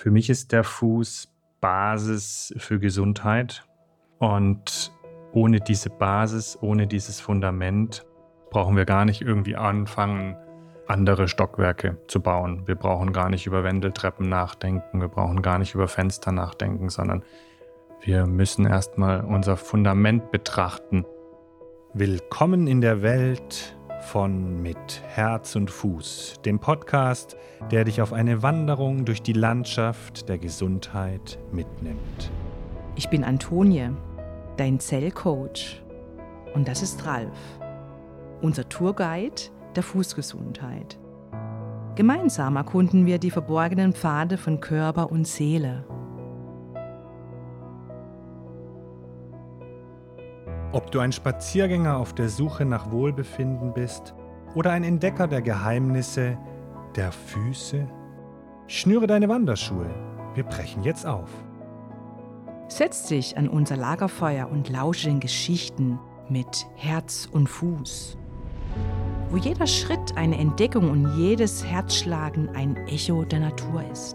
Für mich ist der Fuß Basis für Gesundheit und ohne diese Basis, ohne dieses Fundament brauchen wir gar nicht irgendwie anfangen, andere Stockwerke zu bauen. Wir brauchen gar nicht über Wendeltreppen nachdenken, wir brauchen gar nicht über Fenster nachdenken, sondern wir müssen erstmal unser Fundament betrachten. Willkommen in der Welt von Mit Herz und Fuß, dem Podcast, der dich auf eine Wanderung durch die Landschaft der Gesundheit mitnimmt. Ich bin Antonie, dein Zellcoach, und das ist Ralf, unser Tourguide der Fußgesundheit. Gemeinsam erkunden wir die verborgenen Pfade von Körper und Seele. Ob du ein Spaziergänger auf der Suche nach Wohlbefinden bist oder ein Entdecker der Geheimnisse der Füße, schnüre deine Wanderschuhe. Wir brechen jetzt auf. Setz dich an unser Lagerfeuer und lausche den Geschichten mit Herz und Fuß, wo jeder Schritt eine Entdeckung und jedes Herzschlagen ein Echo der Natur ist.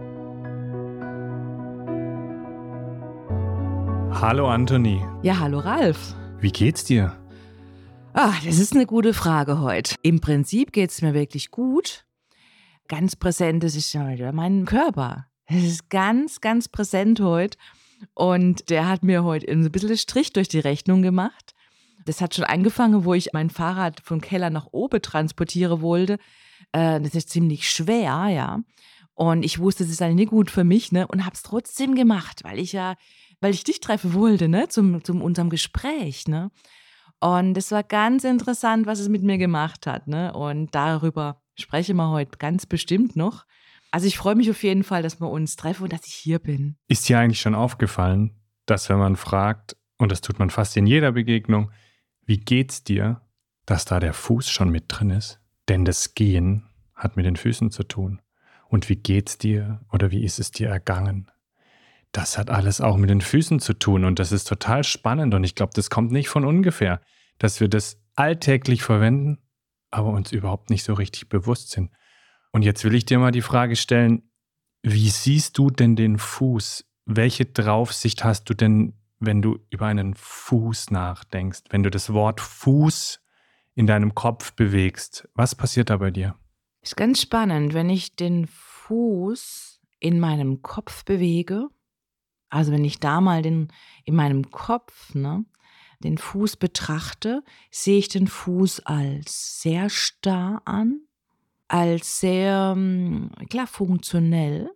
Hallo Anthony. Ja, hallo Ralf. Wie geht's dir? Das ist eine gute Frage heute. Im Prinzip geht es mir wirklich gut. Ganz präsent ist ja mein Körper. Es ist ganz, ganz präsent heute. Und der hat mir heute ein bisschen Strich durch die Rechnung gemacht. Das hat schon angefangen, wo ich mein Fahrrad vom Keller nach oben transportieren wollte. Das ist ziemlich schwer, ja. Und ich wusste, das ist eigentlich nicht gut für mich, ne? Und habe es trotzdem gemacht, weil ich dich treffen wollte, ne? Zum unserem Gespräch, ne? Und es war ganz interessant, was es mit mir gemacht hat, ne? Und darüber sprechen wir heute ganz bestimmt noch. Also ich freue mich auf jeden Fall, dass wir uns treffen und dass ich hier bin. Ist dir eigentlich schon aufgefallen, dass wenn man fragt, und das tut man fast in jeder Begegnung, wie geht's dir, dass da der Fuß schon mit drin ist? Denn das Gehen hat mit den Füßen zu tun. Und wie geht's dir oder wie ist es dir ergangen? Das hat alles auch mit den Füßen zu tun und das ist total spannend und ich glaube, das kommt nicht von ungefähr, dass wir das alltäglich verwenden, aber uns überhaupt nicht so richtig bewusst sind. Und jetzt will ich dir mal die Frage stellen, wie siehst du denn den Fuß? Welche Draufsicht hast du denn, wenn du über einen Fuß nachdenkst, wenn du das Wort Fuß in deinem Kopf bewegst? Was passiert da bei dir? Ist ganz spannend, wenn ich den Fuß in meinem Kopf bewege. Also wenn ich da mal in meinem Kopf, ne, den Fuß betrachte, sehe ich den Fuß als sehr starr an, als sehr, klar, funktionell.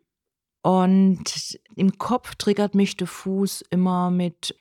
Und im Kopf triggert mich der Fuß immer mit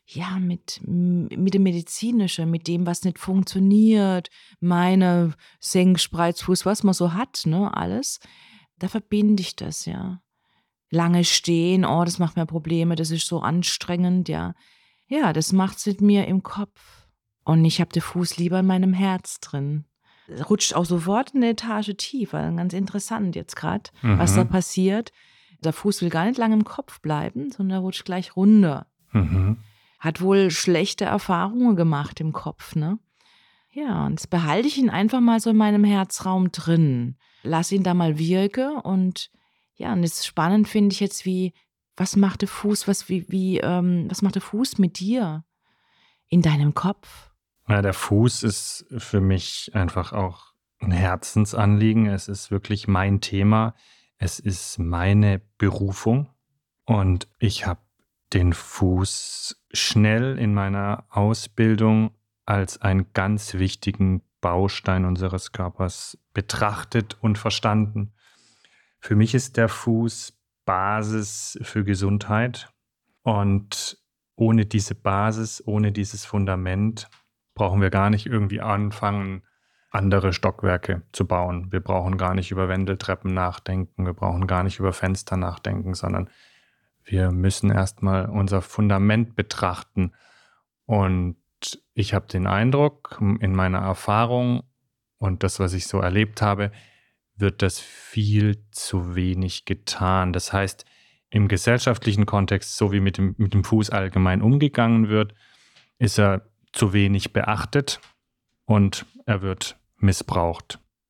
dem Medizinischen, mit dem, was nicht funktioniert, meine Senk-Spreizfuß, was man so hat, ne, alles. Da verbinde ich das, ja. Lange stehen, das macht mir Probleme, das ist so anstrengend, ja. Ja, das macht's mit mir im Kopf. Und ich habe den Fuß lieber in meinem Herz drin. Rutscht auch sofort eine Etage tiefer, ganz interessant jetzt gerade, was da passiert. Der Fuß will gar nicht lange im Kopf bleiben, sondern rutscht gleich runter. Hat wohl schlechte Erfahrungen gemacht im Kopf, ne? Ja, und jetzt behalte ich ihn einfach mal so in meinem Herzraum drin. Lass ihn da mal wirken und ja, und es ist spannend, finde ich jetzt, was macht der Fuß, was macht der Fuß mit dir in deinem Kopf? Ja, der Fuß ist für mich einfach auch ein Herzensanliegen. Es ist wirklich mein Thema. Es ist meine Berufung. Und ich habe den Fuß schnell in meiner Ausbildung als einen ganz wichtigen Baustein unseres Körpers betrachtet und verstanden. Für mich ist der Fuß Basis für Gesundheit und ohne diese Basis, ohne dieses Fundament brauchen wir gar nicht irgendwie anfangen, andere Stockwerke zu bauen. Wir brauchen gar nicht über Wendeltreppen nachdenken, wir brauchen gar nicht über Fenster nachdenken, sondern wir müssen erstmal unser Fundament betrachten. Und ich habe den Eindruck, in meiner Erfahrung und das, was ich so erlebt habe, wird das viel zu wenig getan. Das heißt, im gesellschaftlichen Kontext, so wie mit dem Fuß allgemein umgegangen wird, ist er zu wenig beachtet und er wird missbraucht.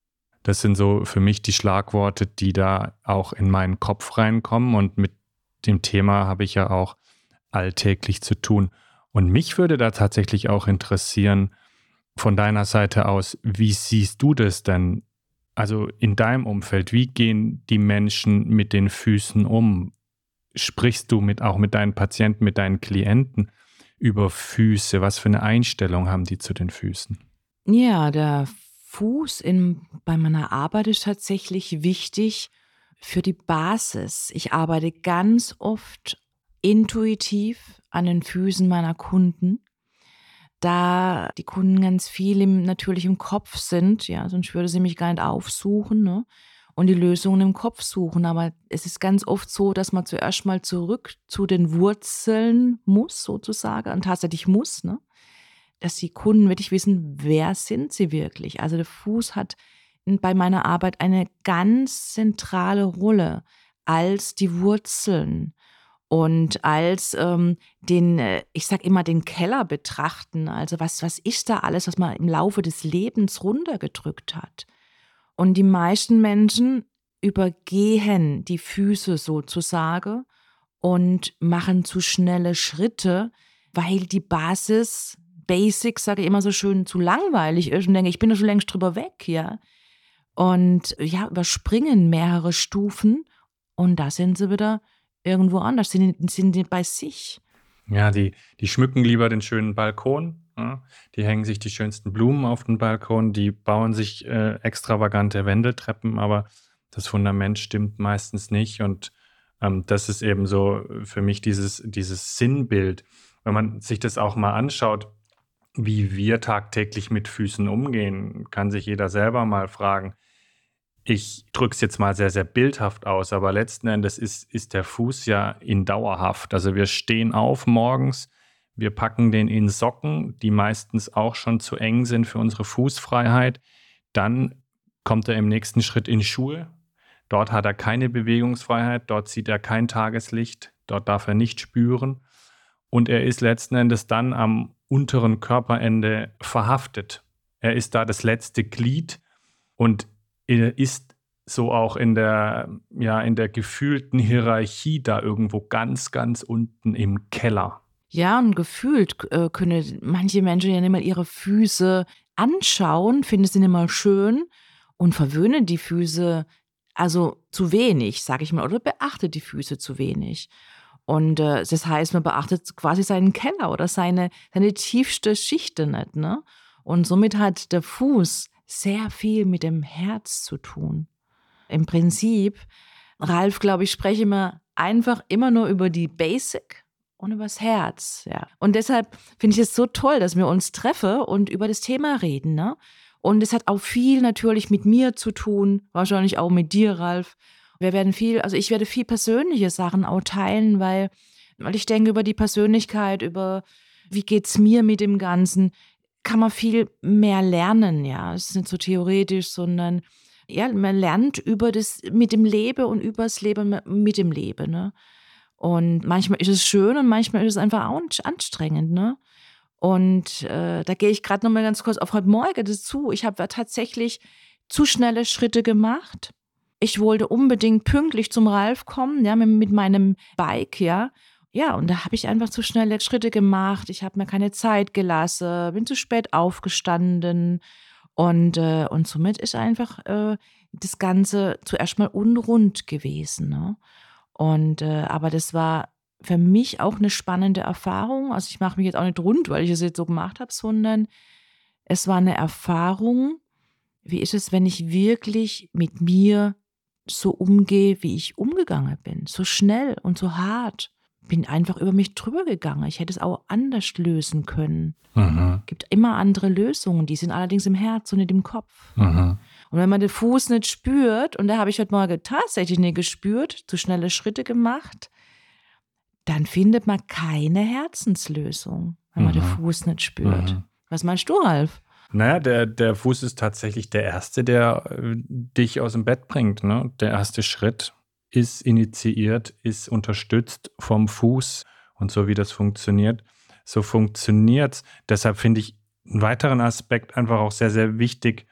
Das sind so für mich die Schlagworte, die da auch in meinen Kopf reinkommen. Und mit dem Thema habe ich ja auch alltäglich zu tun. Und mich würde da tatsächlich auch interessieren, von deiner Seite aus, wie siehst du das denn? Also in deinem Umfeld, wie gehen die Menschen mit den Füßen um? Sprichst du auch mit deinen Patienten, mit deinen Klienten über Füße? Was für eine Einstellung haben die zu den Füßen? Ja, der Fuß bei meiner Arbeit ist tatsächlich wichtig für die Basis. Ich arbeite ganz oft intuitiv an den Füßen meiner Kunden, da die Kunden ganz viel natürlich im Kopf sind, ja, sonst würde sie mich gar nicht aufsuchen, ne? Und die Lösungen im Kopf suchen. Aber es ist ganz oft so, dass man zuerst mal zurück zu den Wurzeln muss, sozusagen, und tatsächlich muss, ne? Dass die Kunden wirklich wissen, wer sind sie wirklich. Also der Fuß hat bei meiner Arbeit eine ganz zentrale Rolle als die Wurzeln und als ich sag immer, den Keller betrachten. Also was ist da alles, was man im Laufe des Lebens runtergedrückt hat? Und die meisten Menschen übergehen die Füße sozusagen und machen zu schnelle Schritte, weil die Basics, sage ich immer so schön, zu langweilig ist und denke, ich bin da schon längst drüber weg, ja. Und ja, überspringen mehrere Stufen und da sind sie wieder irgendwo anders, sind die bei sich. Ja, die schmücken lieber den schönen Balkon. Ja? Die hängen sich die schönsten Blumen auf den Balkon, die bauen sich extravagante Wendeltreppen, aber das Fundament stimmt meistens nicht. Und das ist eben so für mich dieses Sinnbild. Wenn man sich das auch mal anschaut, wie wir tagtäglich mit Füßen umgehen, kann sich jeder selber mal fragen. Ich drücke es jetzt mal sehr, sehr bildhaft aus, aber letzten Endes ist der Fuß ja in dauerhaft. Also wir stehen auf morgens, wir packen den in Socken, die meistens auch schon zu eng sind für unsere Fußfreiheit. Dann kommt er im nächsten Schritt in Schuhe. Dort hat er keine Bewegungsfreiheit, dort sieht er kein Tageslicht, dort darf er nicht spüren. Und er ist letzten Endes dann am unteren Körperende verhaftet. Er ist da das letzte Glied und er ist so auch in der gefühlten Hierarchie da irgendwo ganz, ganz unten im Keller. Ja, und gefühlt können manche Menschen ja nicht mal ihre Füße anschauen, finden sie nicht mal schön und verwöhnen die Füße also zu wenig, sage ich mal, oder beachtet die Füße zu wenig. Und das heißt, man beachtet quasi seinen Keller oder seine tiefste Schicht nicht, ne? Und somit hat der Fuß sehr viel mit dem Herz zu tun. Im Prinzip, Ralf, glaube ich, spreche immer nur über die Basic und über das Herz. Ja. Und deshalb finde ich es so toll, dass wir uns treffen und über das Thema reden. Ne? Und es hat auch viel natürlich mit mir zu tun, wahrscheinlich auch mit dir, Ralf. Ich werde viel persönliche Sachen auch teilen, weil ich denke, über die Persönlichkeit, über wie geht's mir mit dem Ganzen, kann man viel mehr lernen, ja. Es ist nicht so theoretisch, sondern ja, man lernt mit dem Leben und übers Leben mit dem Leben, ne? Und manchmal ist es schön und manchmal ist es einfach auch anstrengend, ne? Und da gehe ich gerade noch mal ganz kurz auf heute Morgen dazu. Ich habe tatsächlich zu schnelle Schritte gemacht. Ich wollte unbedingt pünktlich zum Ralf kommen, ja, mit meinem Bike, ja. Ja, und da habe ich einfach zu schnelle Schritte gemacht. Ich habe mir keine Zeit gelassen, bin zu spät aufgestanden und somit ist einfach das Ganze zuerst mal unrund gewesen. Ne? Und aber das war für mich auch eine spannende Erfahrung. Also ich mache mich jetzt auch nicht rund, weil ich es jetzt so gemacht habe, sondern es war eine Erfahrung, wie ist es, wenn ich wirklich mit mir so umgehe, wie ich umgegangen bin. So schnell und so hart. Bin einfach über mich drüber gegangen. Ich hätte es auch anders lösen können. Gibt immer andere Lösungen, die sind allerdings im Herz und nicht im Kopf. Und wenn man den Fuß nicht spürt, und da habe ich heute Morgen tatsächlich nicht gespürt, zu schnelle Schritte gemacht, dann findet man keine Herzenslösung, wenn man den Fuß nicht spürt. Was meinst du, Ralf? Naja, der Fuß ist tatsächlich der Erste, der dich aus dem Bett bringt. Ne? Der erste Schritt ist initiiert, ist unterstützt vom Fuß. Und so wie das funktioniert, so funktioniert es. Deshalb finde ich einen weiteren Aspekt einfach auch sehr, sehr wichtig,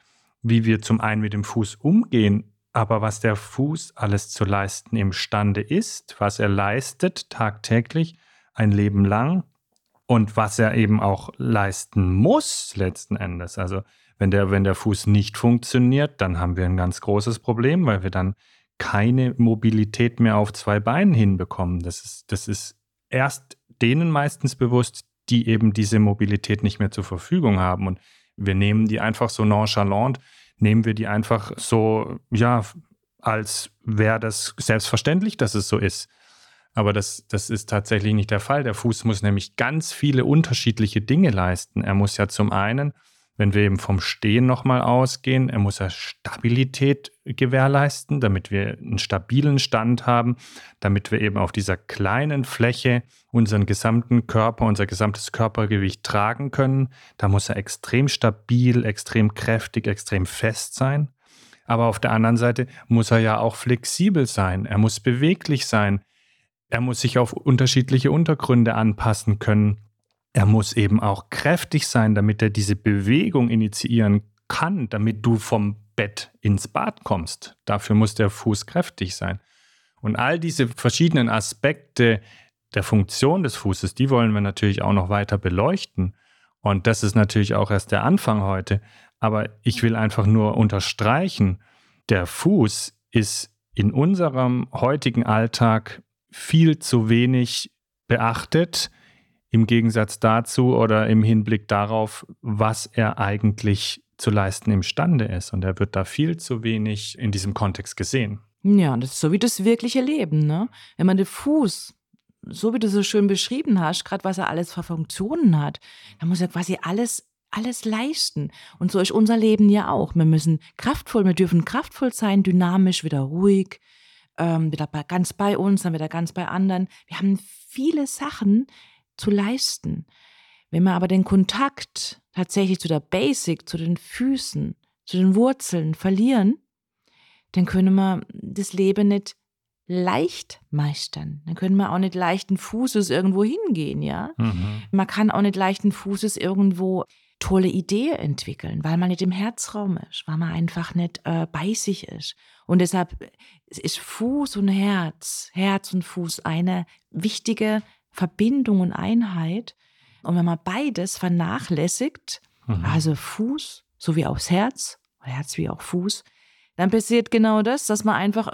wie wir zum einen mit dem Fuß umgehen, aber was der Fuß alles zu leisten imstande ist, was er leistet tagtäglich, ein Leben lang und was er eben auch leisten muss letzten Endes. Also wenn der Fuß nicht funktioniert, dann haben wir ein ganz großes Problem, weil wir dann keine Mobilität mehr auf 2 Beinen hinbekommen. Das ist erst denen meistens bewusst, die eben diese Mobilität nicht mehr zur Verfügung haben. Und wir nehmen die einfach so nonchalant, nehmen wir die einfach so, ja, als wäre das selbstverständlich, dass es so ist. Aber das ist tatsächlich nicht der Fall. Der Fuß muss nämlich ganz viele unterschiedliche Dinge leisten. Er muss ja zum einen, wenn wir eben vom Stehen nochmal ausgehen, er muss ja Stabilität gewährleisten, damit wir einen stabilen Stand haben, damit wir eben auf dieser kleinen Fläche unseren gesamten Körper, unser gesamtes Körpergewicht tragen können. Da muss er extrem stabil, extrem kräftig, extrem fest sein. Aber auf der anderen Seite muss er ja auch flexibel sein. Er muss beweglich sein. Er muss sich auf unterschiedliche Untergründe anpassen können. Er muss eben auch kräftig sein, damit er diese Bewegung initiieren kann, damit du vom Bett ins Bad kommst. Dafür muss der Fuß kräftig sein. Und all diese verschiedenen Aspekte der Funktion des Fußes, die wollen wir natürlich auch noch weiter beleuchten. Und das ist natürlich auch erst der Anfang heute. Aber ich will einfach nur unterstreichen, der Fuß ist in unserem heutigen Alltag viel zu wenig beachtet, im Gegensatz dazu oder im Hinblick darauf, was er eigentlich zu leisten imstande ist. Und er wird da viel zu wenig in diesem Kontext gesehen. Ja, das ist so wie das wirkliche Leben, ne? Wenn man den Fuß, so wie du so schön beschrieben hast, gerade was er alles für Funktionen hat, dann muss er quasi alles leisten. Und so ist unser Leben ja auch. Wir dürfen kraftvoll sein, dynamisch, wieder ruhig, wieder ganz bei uns, dann wieder ganz bei anderen. Wir haben viele Sachen zu leisten. Wenn wir aber den Kontakt tatsächlich zu der Basic, zu den Füßen, zu den Wurzeln verlieren, dann können wir das Leben nicht leicht meistern. Dann können wir auch nicht leichten Fußes irgendwo hingehen, ja. Man kann auch nicht leichten Fußes irgendwo tolle Ideen entwickeln, weil man nicht im Herzraum ist, weil man einfach nicht bei sich ist. Und deshalb ist Fuß und Herz und Fuß eine wichtige Verbindung und Einheit. Und wenn man beides vernachlässigt, also Fuß sowie auch das Herz wie auch Fuß, dann passiert genau das, dass man einfach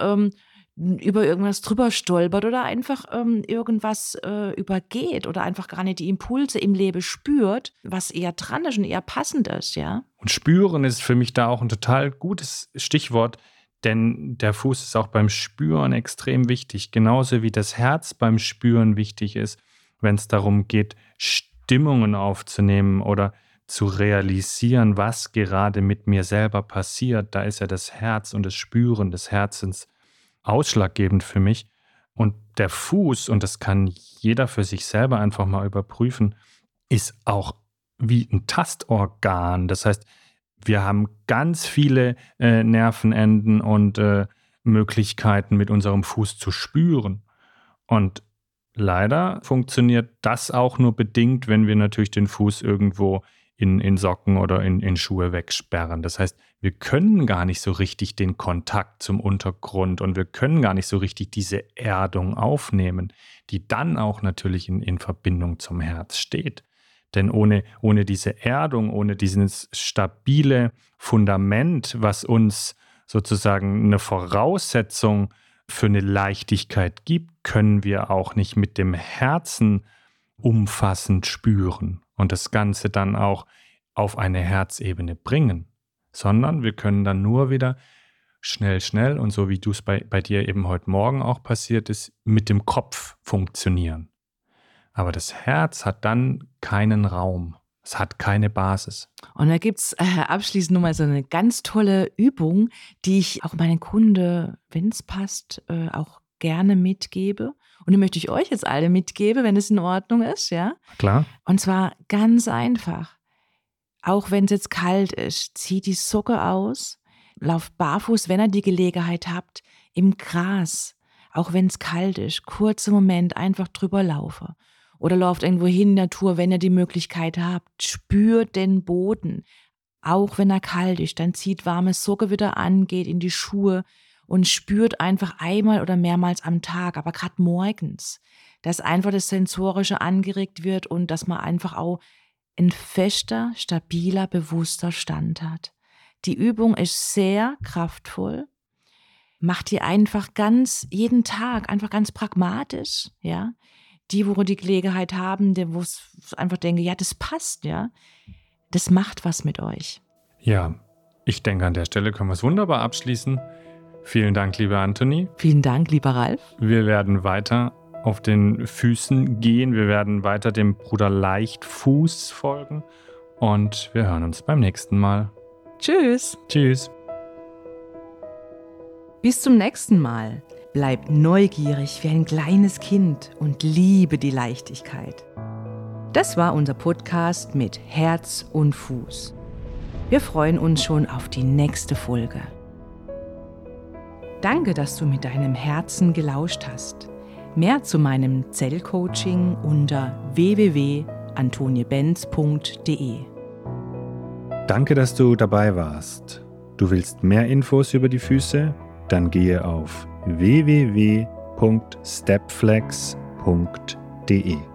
über irgendwas drüber stolpert oder einfach irgendwas übergeht oder einfach gar nicht die Impulse im Leben spürt, was eher dran ist und eher passend ist, ja. Und spüren ist für mich da auch ein total gutes Stichwort, denn der Fuß ist auch beim Spüren extrem wichtig, genauso wie das Herz beim Spüren wichtig ist, wenn es darum geht, Stimmungen aufzunehmen oder zu realisieren, was gerade mit mir selber passiert. Da ist ja das Herz und das Spüren des Herzens ausschlaggebend für mich. Und der Fuß, und das kann jeder für sich selber einfach mal überprüfen, ist auch wie ein Tastorgan. Das heißt, wir haben ganz viele Nervenenden und Möglichkeiten, mit unserem Fuß zu spüren. Und leider funktioniert das auch nur bedingt, wenn wir natürlich den Fuß irgendwo in Socken oder in Schuhe wegsperren. Das heißt, wir können gar nicht so richtig den Kontakt zum Untergrund und wir können gar nicht so richtig diese Erdung aufnehmen, die dann auch natürlich in Verbindung zum Herz steht. Denn ohne diese Erdung, ohne dieses stabile Fundament, was uns sozusagen eine Voraussetzung für eine Leichtigkeit gibt, können wir auch nicht mit dem Herzen umfassend spüren und das Ganze dann auch auf eine Herzebene bringen, sondern wir können dann nur wieder schnell und so wie du es bei dir eben heute Morgen auch passiert ist, mit dem Kopf funktionieren. Aber das Herz hat dann keinen Raum. Es hat keine Basis. Und da gibt es abschließend nochmal so eine ganz tolle Übung, die ich auch meinen Kunden, wenn es passt, auch gerne mitgebe. Und die möchte ich euch jetzt alle mitgeben, wenn es in Ordnung ist, ja? Klar. Und zwar ganz einfach. Auch wenn es jetzt kalt ist, zieht die Socke aus, lauft barfuß, wenn ihr die Gelegenheit habt, im Gras. Auch wenn es kalt ist, kurzen Moment einfach drüber laufen. Oder lauft irgendwo hin in der Natur, wenn ihr die Möglichkeit habt. Spürt den Boden. auch wenn er kalt ist, dann zieht warme Socken wieder an, geht in die Schuhe und spürt einfach einmal oder mehrmals am Tag, aber gerade morgens, dass einfach das Sensorische angeregt wird und dass man einfach auch ein fester, stabiler, bewusster Stand hat. Die Übung ist sehr kraftvoll. Macht ihr einfach jeden Tag, einfach ganz pragmatisch, ja. Die, wo die Gelegenheit haben, wo es einfach denke, ja, das passt, ja. Das macht was mit euch. Ja, ich denke, an der Stelle können wir es wunderbar abschließen. Vielen Dank, lieber Anthony. Vielen Dank, lieber Ralf. Wir werden weiter auf den Füßen gehen. Wir werden weiter dem Bruder Leichtfuß folgen. Und wir hören uns beim nächsten Mal. Tschüss. Tschüss. Bis zum nächsten Mal. Bleib neugierig wie ein kleines Kind und liebe die Leichtigkeit. Das war unser Podcast mit Herz und Fuß. Wir freuen uns schon auf die nächste Folge. Danke, dass du mit deinem Herzen gelauscht hast. Mehr zu meinem Zellcoaching unter www.antoniebenz.de. Danke, dass du dabei warst. Du willst mehr Infos über die Füße? Dann gehe auf www.stepflex.de.